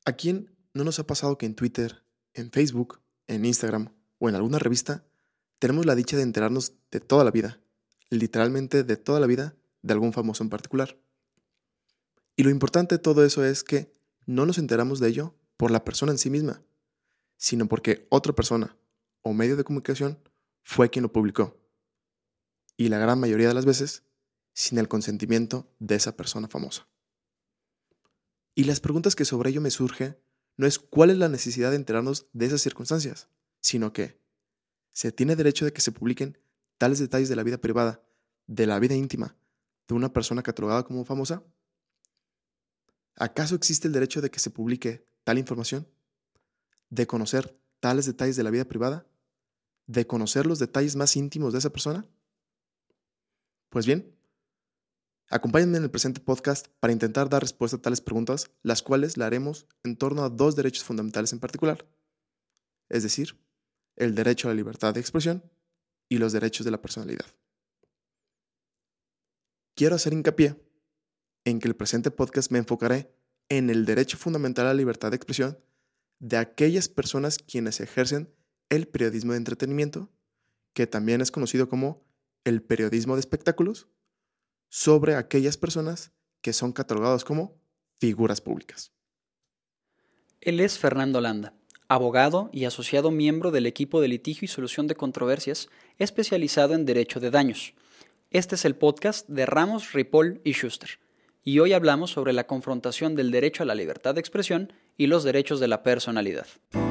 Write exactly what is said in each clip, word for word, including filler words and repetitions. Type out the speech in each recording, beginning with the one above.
¿A quién no nos ha pasado que en Twitter, en Facebook, en Instagram o en alguna revista tenemos la dicha de enterarnos de toda la vida, literalmente de toda la vida de algún famoso en particular? Y lo importante de todo eso es que no nos enteramos de ello por la persona en sí misma, sino porque otra persona o medio de comunicación fue quien lo publicó. Y la gran mayoría de las veces sin el consentimiento de esa persona famosa. Y las preguntas que sobre ello me surgen no es cuál es la necesidad de enterarnos de esas circunstancias, sino que ¿se tiene derecho de que se publiquen tales detalles de la vida privada, de la vida íntima, de una persona catalogada como famosa? ¿Acaso existe el derecho de que se publique tal información? ¿De conocer tales detalles de la vida privada? ¿De conocer los detalles más íntimos de esa persona? Pues bien, acompáñenme en el presente podcast para intentar dar respuesta a tales preguntas, las cuales la haremos en torno a dos derechos fundamentales en particular, es decir, el derecho a la libertad de expresión y los derechos de la personalidad. Quiero hacer hincapié en que el presente podcast me enfocaré en el derecho fundamental a la libertad de expresión de aquellas personas quienes ejercen el periodismo de entretenimiento, que también es conocido como el periodismo de espectáculos, sobre aquellas personas que son catalogados como figuras públicas. Él es Fernando Landa, abogado y asociado miembro del equipo de litigio y solución de controversias especializado en derecho de daños. Este es el podcast de Ramos, Ripoll y Schuster, y hoy hablamos sobre la confrontación del derecho a la libertad de expresión y los derechos de la personalidad.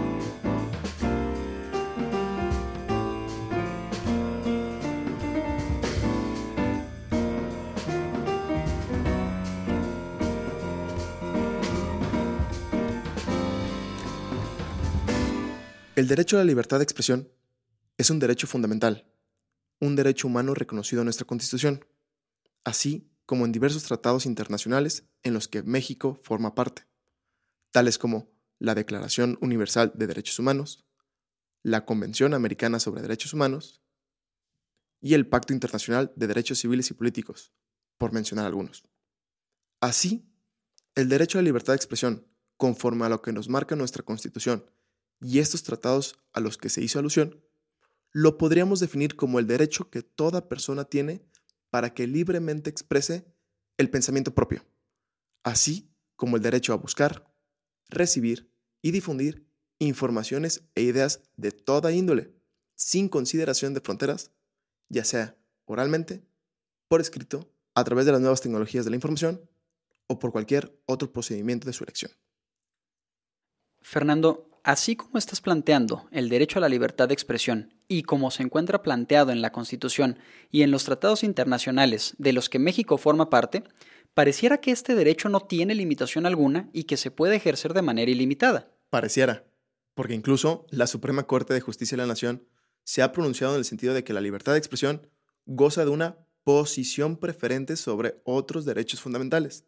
El derecho a la libertad de expresión es un derecho fundamental, un derecho humano reconocido en nuestra Constitución, así como en diversos tratados internacionales en los que México forma parte, tales como la Declaración Universal de Derechos Humanos, la Convención Americana sobre Derechos Humanos y el Pacto Internacional de Derechos Civiles y Políticos, por mencionar algunos. Así, el derecho a la libertad de expresión, conforme a lo que nos marca nuestra Constitución y estos tratados a los que se hizo alusión, lo podríamos definir como el derecho que toda persona tiene para que libremente exprese el pensamiento propio, así como el derecho a buscar, recibir y difundir informaciones e ideas de toda índole, sin consideración de fronteras, ya sea oralmente, por escrito, a través de las nuevas tecnologías de la información o por cualquier otro procedimiento de su elección. Fernando, así como estás planteando el derecho a la libertad de expresión y como se encuentra planteado en la Constitución y en los tratados internacionales de los que México forma parte, pareciera que este derecho no tiene limitación alguna y que se puede ejercer de manera ilimitada. Pareciera, porque incluso la Suprema Corte de Justicia de la Nación se ha pronunciado en el sentido de que la libertad de expresión goza de una posición preferente sobre otros derechos fundamentales.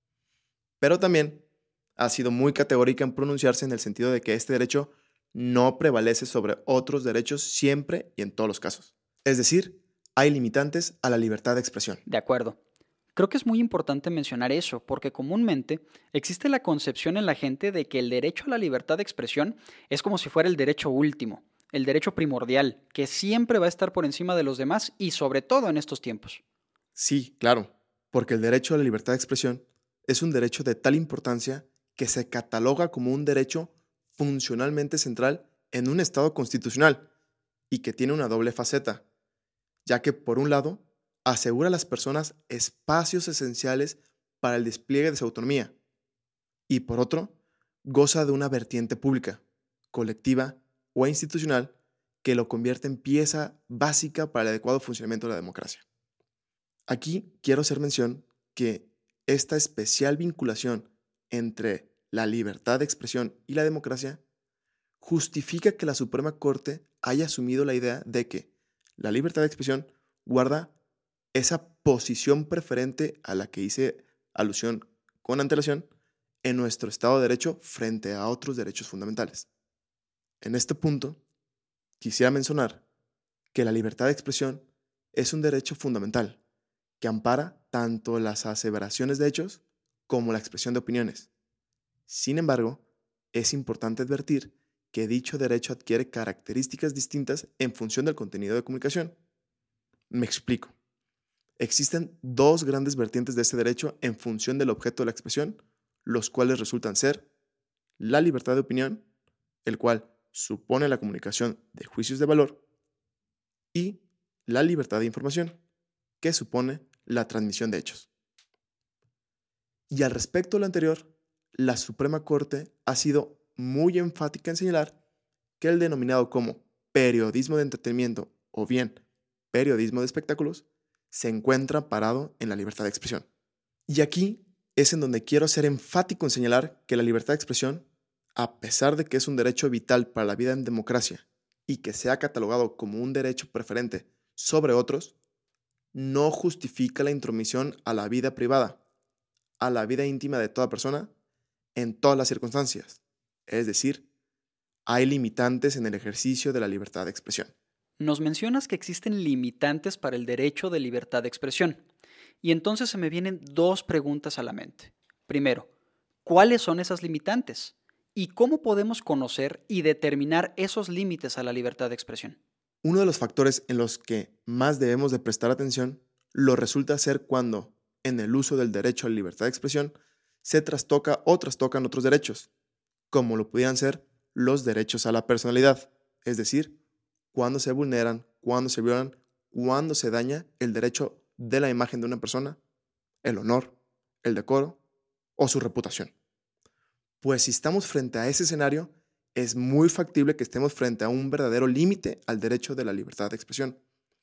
Pero también ha sido muy categórica en pronunciarse en el sentido de que este derecho no prevalece sobre otros derechos siempre y en todos los casos. Es decir, hay limitantes a la libertad de expresión. De acuerdo. Creo que es muy importante mencionar eso, porque comúnmente existe la concepción en la gente de que el derecho a la libertad de expresión es como si fuera el derecho último, el derecho primordial, que siempre va a estar por encima de los demás y sobre todo en estos tiempos. Sí, claro, porque el derecho a la libertad de expresión es un derecho de tal importancia que se cataloga como un derecho funcionalmente central en un Estado constitucional y que tiene una doble faceta, ya que por un lado asegura a las personas espacios esenciales para el despliegue de su autonomía y por otro goza de una vertiente pública, colectiva o institucional que lo convierte en pieza básica para el adecuado funcionamiento de la democracia. Aquí quiero hacer mención que esta especial vinculación entre la libertad de expresión y la democracia justifica que la Suprema Corte haya asumido la idea de que la libertad de expresión guarda esa posición preferente a la que hice alusión con antelación en nuestro Estado de Derecho frente a otros derechos fundamentales. En este punto, quisiera mencionar que la libertad de expresión es un derecho fundamental que ampara tanto las aseveraciones de hechos como la expresión de opiniones. Sin embargo, es importante advertir que dicho derecho adquiere características distintas en función del contenido de comunicación. Me explico. Existen dos grandes vertientes de este derecho en función del objeto de la expresión, los cuales resultan ser la libertad de opinión, el cual supone la comunicación de juicios de valor, y la libertad de información, que supone la transmisión de hechos. Y al respecto de lo anterior, la Suprema Corte ha sido muy enfática en señalar que el denominado como periodismo de entretenimiento o bien periodismo de espectáculos se encuentra parado en la libertad de expresión. Y aquí es en donde quiero ser enfático en señalar que la libertad de expresión, a pesar de que es un derecho vital para la vida en democracia y que sea catalogado como un derecho preferente sobre otros, no justifica la intromisión a la vida privada, a la vida íntima de toda persona, en todas las circunstancias. Es decir, hay limitantes en el ejercicio de la libertad de expresión. Nos mencionas que existen limitantes para el derecho de libertad de expresión. Y entonces se me vienen dos preguntas a la mente. Primero, ¿cuáles son esas limitantes? ¿Y cómo podemos conocer y determinar esos límites a la libertad de expresión? Uno de los factores en los que más debemos de prestar atención lo resulta ser cuando, en el uso del derecho a la libertad de expresión, se trastoca o trastocan otros derechos, como lo pudieran ser los derechos a la personalidad, es decir, cuando se vulneran, cuando se violan, cuando se daña el derecho de la imagen de una persona, el honor, el decoro o su reputación. Pues si estamos frente a ese escenario, es muy factible que estemos frente a un verdadero límite al derecho de la libertad de expresión.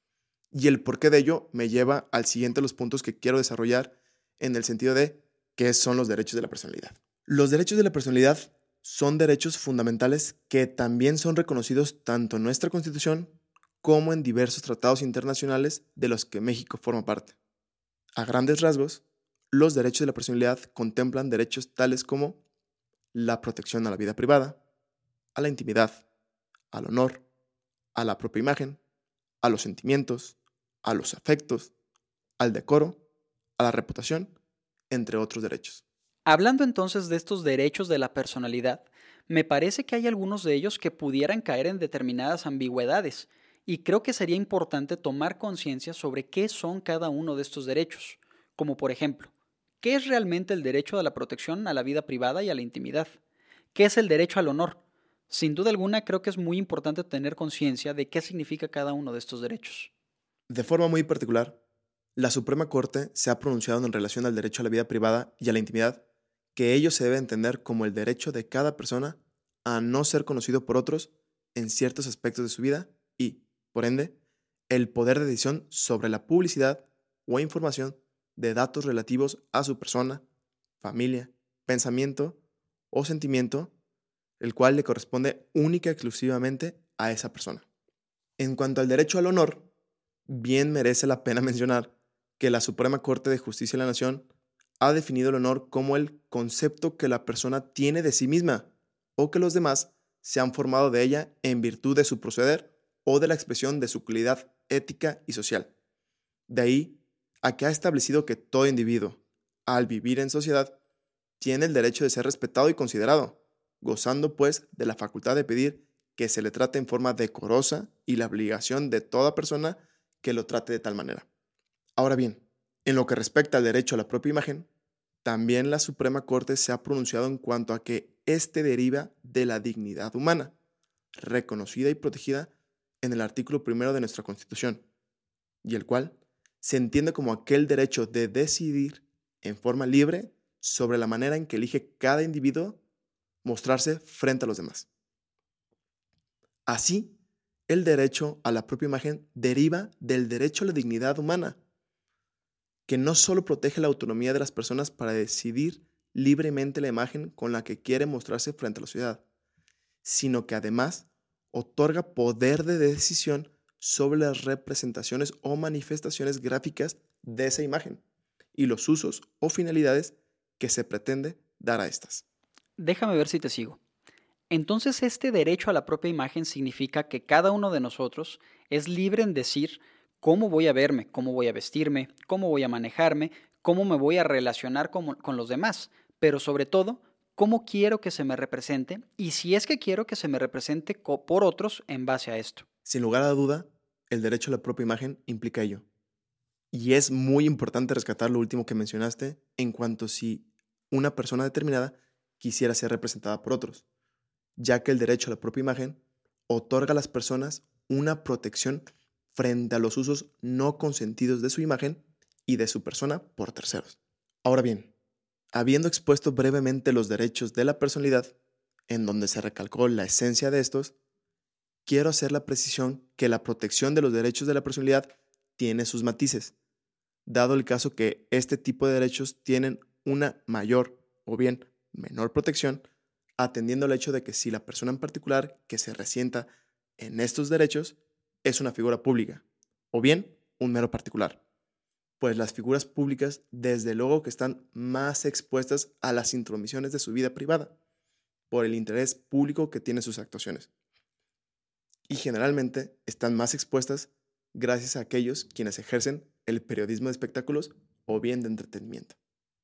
Y el porqué de ello me lleva al siguiente de los puntos que quiero desarrollar en el sentido de qué son los derechos de la personalidad. Los derechos de la personalidad son derechos fundamentales que también son reconocidos tanto en nuestra Constitución como en diversos tratados internacionales de los que México forma parte. A grandes rasgos, los derechos de la personalidad contemplan derechos tales como la protección a la vida privada, a la intimidad, al honor, a la propia imagen, a los sentimientos, a los afectos, al decoro, a la reputación, entre otros derechos. Hablando entonces de estos derechos de la personalidad, me parece que hay algunos de ellos que pudieran caer en determinadas ambigüedades, y creo que sería importante tomar conciencia sobre qué son cada uno de estos derechos, como por ejemplo, ¿qué es realmente el derecho a la protección a la vida privada y a la intimidad? ¿Qué es el derecho al honor? Sin duda alguna, creo que es muy importante tener conciencia de qué significa cada uno de estos derechos. De forma muy particular, la Suprema Corte se ha pronunciado en relación al derecho a la vida privada y a la intimidad que ello se debe entender como el derecho de cada persona a no ser conocido por otros en ciertos aspectos de su vida y, por ende, el poder de decisión sobre la publicidad o información de datos relativos a su persona, familia, pensamiento o sentimiento, el cual le corresponde única y exclusivamente a esa persona. En cuanto al derecho al honor, bien merece la pena mencionar que la Suprema Corte de Justicia de la Nación ha definido el honor como el concepto que la persona tiene de sí misma o que los demás se han formado de ella en virtud de su proceder o de la expresión de su calidad ética y social. De ahí a que ha establecido que todo individuo, al vivir en sociedad, tiene el derecho de ser respetado y considerado, gozando pues de la facultad de pedir que se le trate en forma decorosa y la obligación de toda persona que lo trate de tal manera. Ahora bien, en lo que respecta al derecho a la propia imagen, también la Suprema Corte se ha pronunciado en cuanto a que éste deriva de la dignidad humana, reconocida y protegida en el artículo primero de nuestra Constitución, y el cual se entiende como aquel derecho de decidir en forma libre sobre la manera en que elige cada individuo mostrarse frente a los demás. Así, el derecho a la propia imagen deriva del derecho a la dignidad humana, que no solo protege la autonomía de las personas para decidir libremente la imagen con la que quiere mostrarse frente a la sociedad, sino que además otorga poder de decisión sobre las representaciones o manifestaciones gráficas de esa imagen y los usos o finalidades que se pretende dar a estas. Déjame ver si te sigo. Entonces, este derecho a la propia imagen significa que cada uno de nosotros es libre en decir cómo voy a verme, cómo voy a vestirme, cómo voy a manejarme, cómo me voy a relacionar con, con los demás, pero sobre todo, cómo quiero que se me represente y si es que quiero que se me represente por otros en base a esto. Sin lugar a duda, el derecho a la propia imagen implica ello. Y es muy importante rescatar lo último que mencionaste en cuanto si una persona determinada quisiera ser representada por otros, ya que el derecho a la propia imagen otorga a las personas una protección frente a los usos no consentidos de su imagen y de su persona por terceros. Ahora bien, habiendo expuesto brevemente los derechos de la personalidad, en donde se recalcó la esencia de estos, quiero hacer la precisión que la protección de los derechos de la personalidad tiene sus matices, dado el caso que este tipo de derechos tienen una mayor o bien menor protección, atendiendo al hecho de que si la persona en particular que se resienta en estos derechos es una figura pública, o bien un mero particular, pues las figuras públicas desde luego que están más expuestas a las intromisiones de su vida privada, por el interés público que tienen sus actuaciones. Y generalmente están más expuestas gracias a aquellos quienes ejercen el periodismo de espectáculos o bien de entretenimiento.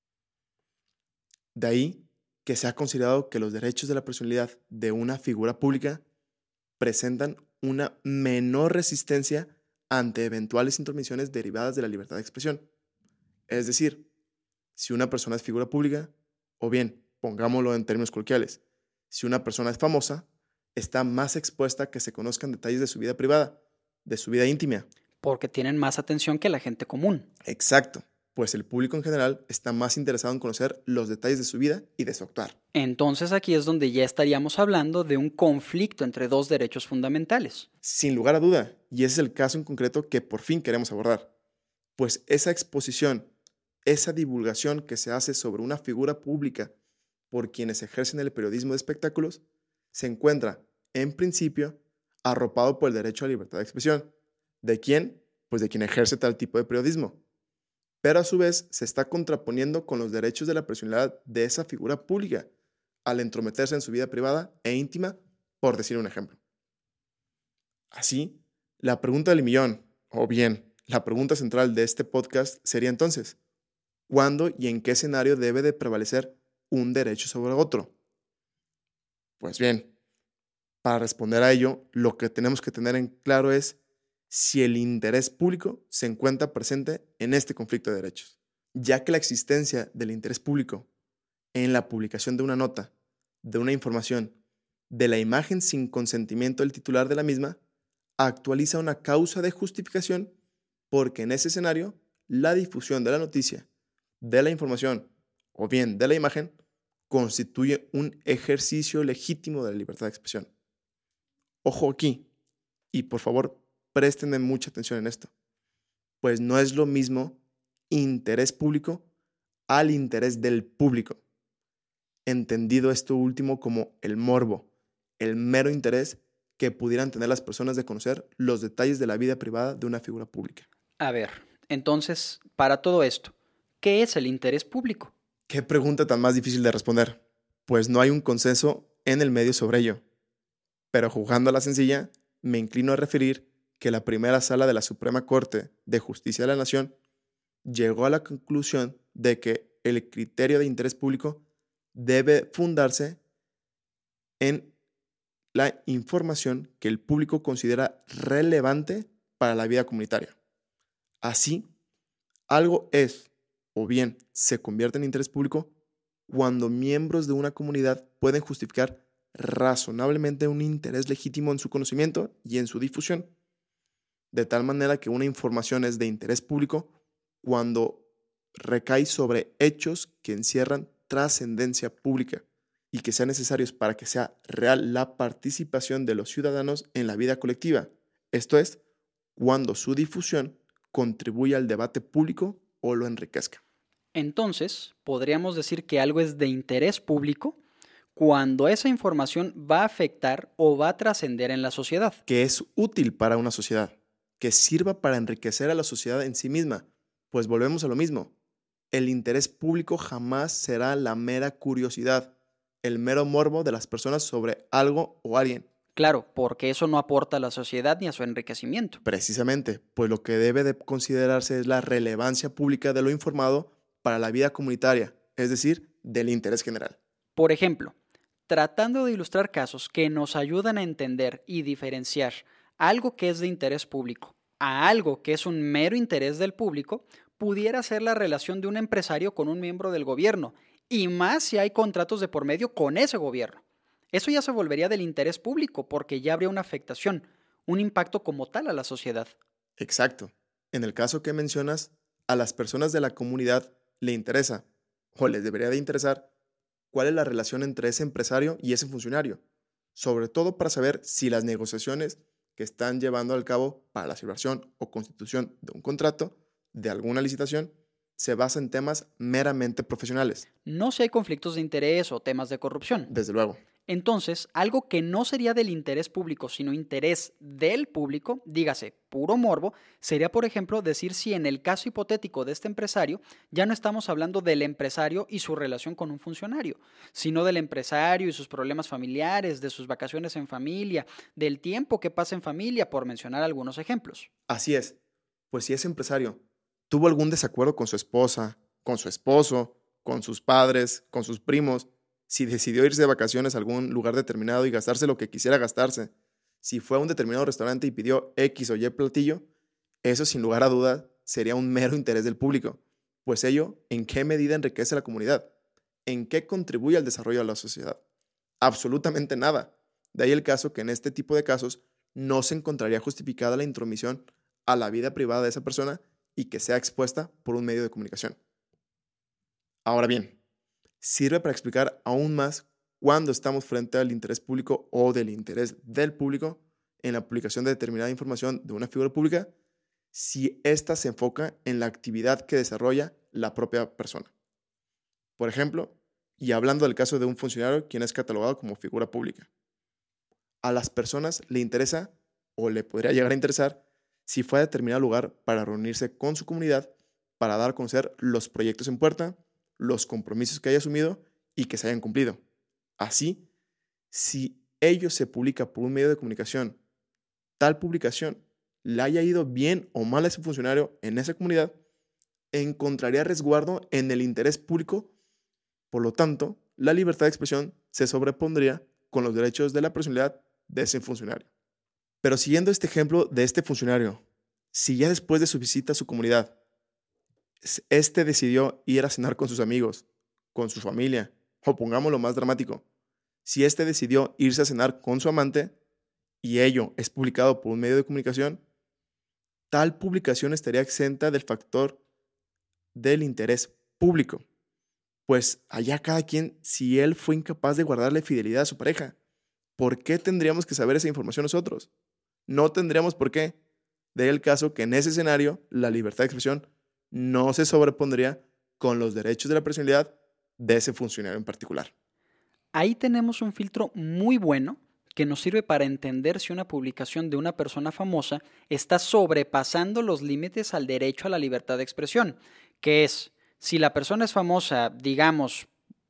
De ahí que se ha considerado que los derechos de la personalidad de una figura pública presentan una menor resistencia ante eventuales intromisiones derivadas de la libertad de expresión. Es decir, si una persona es figura pública, o bien, pongámoslo en términos coloquiales, si una persona es famosa, está más expuesta a que se conozcan detalles de su vida privada, de su vida íntima. Porque tienen más atención que la gente común. Exacto, pues el público en general está más interesado en conocer los detalles de su vida y de su actuar. Entonces aquí es donde ya estaríamos hablando de un conflicto entre dos derechos fundamentales. Sin lugar a duda, y ese es el caso en concreto que por fin queremos abordar, pues esa exposición, esa divulgación que se hace sobre una figura pública por quienes ejercen el periodismo de espectáculos, se encuentra, en principio, arropado por el derecho a la libertad de expresión. ¿De quién? Pues de quien ejerce tal tipo de periodismo. Pero a su vez se está contraponiendo con los derechos de la personalidad de esa figura pública al entrometerse en su vida privada e íntima, por decir un ejemplo. Así, la pregunta del millón, o bien, la pregunta central de este podcast sería entonces, ¿cuándo y en qué escenario debe de prevalecer un derecho sobre otro? Pues bien, para responder a ello, lo que tenemos que tener en claro es si el interés público se encuentra presente en este conflicto de derechos, ya que la existencia del interés público en la publicación de una nota, de una información, de la imagen sin consentimiento del titular de la misma, actualiza una causa de justificación porque en ese escenario la difusión de la noticia, de la información o bien de la imagen constituye un ejercicio legítimo de la libertad de expresión. Ojo aquí, y por favor préstenme mucha atención en esto, pues no es lo mismo interés público al interés del público, entendido esto último como el morbo, el mero interés que pudieran tener las personas de conocer los detalles de la vida privada de una figura pública. A ver, entonces, para todo esto, ¿qué es el interés público? Qué pregunta tan más difícil de responder, pues no hay un consenso en el medio sobre ello. Pero jugando a la sencilla, me inclino a referir que la primera sala de la Suprema Corte de Justicia de la Nación llegó a la conclusión de que el criterio de interés público debe fundarse en la información que el público considera relevante para la vida comunitaria. Así, algo es o bien se convierte en interés público cuando miembros de una comunidad pueden justificar razonablemente un interés legítimo en su conocimiento y en su difusión, de tal manera que una información es de interés público cuando recae sobre hechos que encierran trascendencia pública y que sean necesarios para que sea real la participación de los ciudadanos en la vida colectiva, esto es, cuando su difusión contribuye al debate público o lo enriquezca. Entonces, podríamos decir que algo es de interés público cuando esa información va a afectar o va a trascender en la sociedad. Que es útil para una sociedad, que sirva para enriquecer a la sociedad en sí misma, pues volvemos a lo mismo. El interés público jamás será la mera curiosidad, el mero morbo de las personas sobre algo o alguien. Claro, porque eso no aporta a la sociedad ni a su enriquecimiento. Precisamente, pues lo que debe de considerarse es la relevancia pública de lo informado para la vida comunitaria, es decir, del interés general. Por ejemplo, tratando de ilustrar casos que nos ayudan a entender y diferenciar algo que es de interés público a algo que es un mero interés del público, pudiera ser la relación de un empresario con un miembro del gobierno, y más si hay contratos de por medio con ese gobierno. Eso ya se volvería del interés público porque ya habría una afectación, un impacto como tal a la sociedad. Exacto. En el caso que mencionas, a las personas de la comunidad le interesa, o les debería de interesar, cuál es la relación entre ese empresario y ese funcionario, sobre todo para saber si las negociaciones que están llevando al cabo para la celebración o constitución de un contrato, de alguna licitación, se basa en temas meramente profesionales. No si hay conflictos de interés o temas de corrupción. Desde luego. Entonces, algo que no sería del interés público, sino interés del público, dígase, puro morbo, sería, por ejemplo, decir si en el caso hipotético de este empresario ya no estamos hablando del empresario y su relación con un funcionario, sino del empresario y sus problemas familiares, de sus vacaciones en familia, del tiempo que pasa en familia, por mencionar algunos ejemplos. Así es, pues si ese empresario tuvo algún desacuerdo con su esposa, con su esposo, con sus padres, con sus primos, si decidió irse de vacaciones a algún lugar determinado y gastarse lo que quisiera gastarse, si fue a un determinado restaurante y pidió X o Y platillo, eso sin lugar a dudas sería un mero interés del público, pues ello en qué medida enriquece a la comunidad, en qué contribuye al desarrollo de la sociedad. Absolutamente nada. De ahí el caso que en este tipo de casos no se encontraría justificada la intromisión a la vida privada de esa persona y que sea expuesta por un medio de comunicación. Ahora bien, sirve para explicar aún más cuándo estamos frente al interés público o del interés del público en la publicación de determinada información de una figura pública si ésta se enfoca en la actividad que desarrolla la propia persona. Por ejemplo, y hablando del caso de un funcionario quien es catalogado como figura pública. A las personas le interesa o le podría llegar a interesar si fue a determinado lugar para reunirse con su comunidad para dar a conocer los proyectos en puerta, los compromisos que haya asumido y que se hayan cumplido. Así, si ello se publica por un medio de comunicación, tal publicación le haya ido bien o mal a ese funcionario en esa comunidad, encontraría resguardo en el interés público. Por lo tanto, la libertad de expresión se sobrepondría con los derechos de la personalidad de ese funcionario. Pero siguiendo este ejemplo de este funcionario, si ya después de su visita a su comunidad, este decidió ir a cenar con sus amigos, con su familia, o pongámoslo más dramático, si este decidió irse a cenar con su amante y ello es publicado por un medio de comunicación, tal publicación estaría exenta del factor del interés público, pues allá cada quien si él fue incapaz de guardarle fidelidad a su pareja. ¿Por qué tendríamos que saber esa información nosotros? No tendríamos por qué. De ahí el caso que en ese escenario la libertad de expresión no se sobrepondría con los derechos de la personalidad de ese funcionario en particular. Ahí tenemos un filtro muy bueno que nos sirve para entender si una publicación de una persona famosa está sobrepasando los límites al derecho a la libertad de expresión, que es, si la persona es famosa, digamos,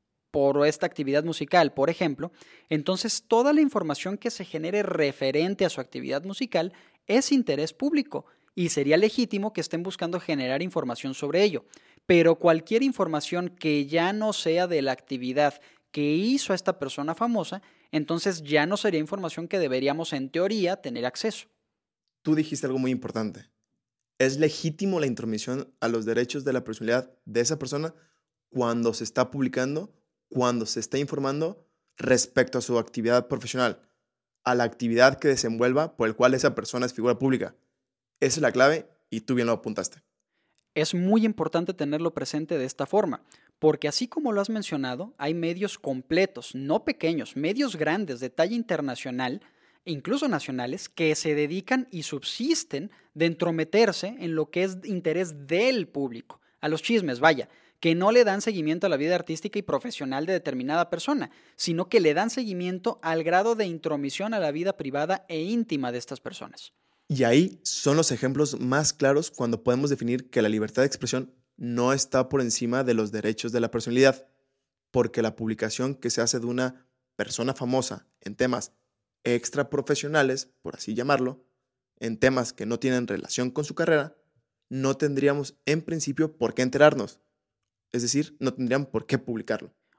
por esta actividad musical, por ejemplo, entonces toda la información que se genere referente a su actividad musical es interés público y sería legítimo que estén buscando generar información sobre ello. Pero cualquier información que ya no sea de la actividad que hizo a esta persona famosa, entonces ya no sería información que deberíamos en teoría tener acceso. Tú dijiste algo muy importante. ¿Es legítimo la intromisión a los derechos de la personalidad de esa persona cuando se está publicando, cuando se está informando respecto a su actividad profesional, a la actividad que desenvuelva por el cual esa persona es figura pública? Esa es la clave y tú bien lo apuntaste. Es muy importante tenerlo presente de esta forma, porque así como lo has mencionado, hay medios completos, no pequeños, medios grandes de talla internacional e incluso nacionales que se dedican y subsisten de entrometerse en lo que es interés del público, a los chismes, vaya, que no le dan seguimiento a la vida artística y profesional de determinada persona, sino que le dan seguimiento al grado de intromisión a la vida privada e íntima de estas personas. Y ahí son los ejemplos más claros cuando podemos definir que la libertad de expresión no está por encima de los derechos de la personalidad, porque la publicación que se hace de una persona famosa en temas extraprofesionales, por así llamarlo, en temas que no tienen relación con su carrera, no tendríamos en principio por qué enterarnos, es decir, no tendrían por qué publicarlo.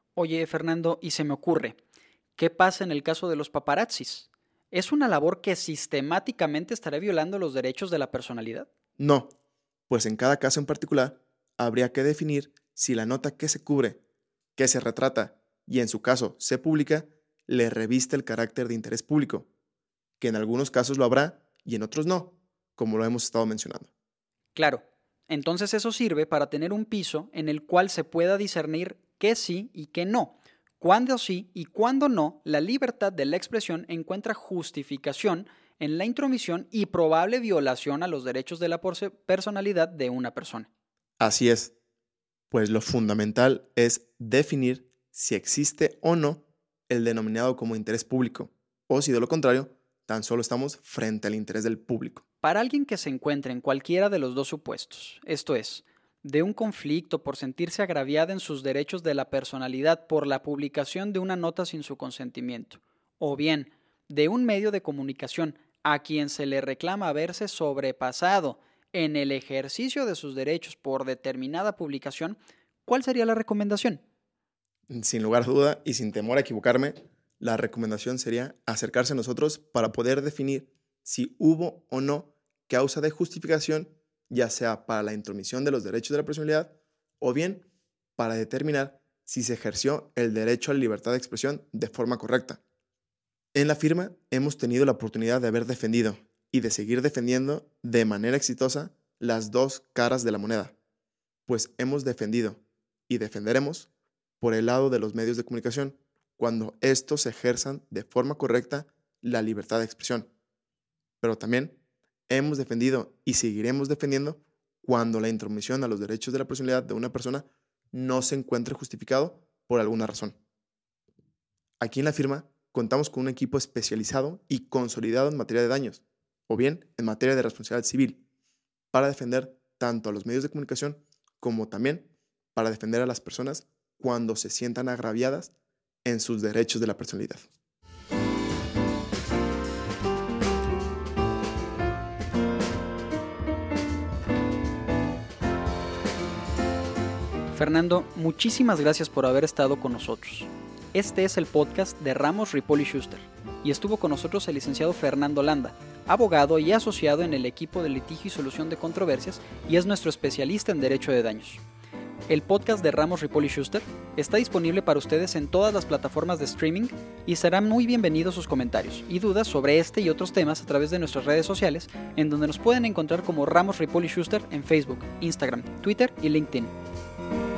Oye, Fernando, y se me ocurre, ¿qué pasa en el caso de los paparazzis? ¿Es una labor que sistemáticamente estará violando los derechos de la personalidad? No, pues en cada caso en particular habría que definir si la nota que se cubre, que se retrata y en su caso se publica, le reviste el carácter de interés público, que en algunos casos lo habrá y en otros no, como lo hemos estado mencionando. Claro, entonces eso sirve para tener un piso en el cual se pueda discernir qué sí y qué no, cuándo sí y cuándo no la libertad de la expresión encuentra justificación en la intromisión y probable violación a los derechos de la personalidad de una persona. Así es, pues lo fundamental es definir si existe o no el denominado como interés público, o si de lo contrario, tan solo estamos frente al interés del público. Para alguien que se encuentre en cualquiera de los dos supuestos, esto es, de un conflicto por sentirse agraviada en sus derechos de la personalidad por la publicación de una nota sin su consentimiento, o bien de un medio de comunicación a quien se le reclama haberse sobrepasado en el ejercicio de sus derechos por determinada publicación, ¿cuál sería la recomendación? Sin lugar a duda y sin temor a equivocarme, la recomendación sería acercarse a nosotros para poder definir si hubo o no causa de justificación, ya sea para la intromisión de los derechos de la personalidad o bien para determinar si se ejerció el derecho a la libertad de expresión de forma correcta. En la firma hemos tenido la oportunidad de haber defendido y de seguir defendiendo de manera exitosa las dos caras de la moneda, pues hemos defendido y defenderemos por el lado de los medios de comunicación cuando estos ejerzan de forma correcta la libertad de expresión. Pero también hemos defendido y seguiremos defendiendo cuando la intromisión a los derechos de la personalidad de una persona no se encuentre justificado por alguna razón. Aquí en la firma contamos con un equipo especializado y consolidado en materia de daños, o bien en materia de responsabilidad civil, para defender tanto a los medios de comunicación como también para defender a las personas cuando se sientan agraviadas en sus derechos de la personalidad. Fernando, muchísimas gracias por haber estado con nosotros. Este es el podcast de Ramos, Ripoll y Schuster y estuvo con nosotros el licenciado Fernando Landa, abogado y asociado en el equipo de litigio y solución de controversias y es nuestro especialista en derecho de daños. El podcast de Ramos, Ripoll y Schuster está disponible para ustedes en todas las plataformas de streaming y serán muy bienvenidos sus comentarios y dudas sobre este y otros temas a través de nuestras redes sociales, en donde nos pueden encontrar como Ramos, Ripoll y Schuster en Facebook, Instagram, Twitter y LinkedIn.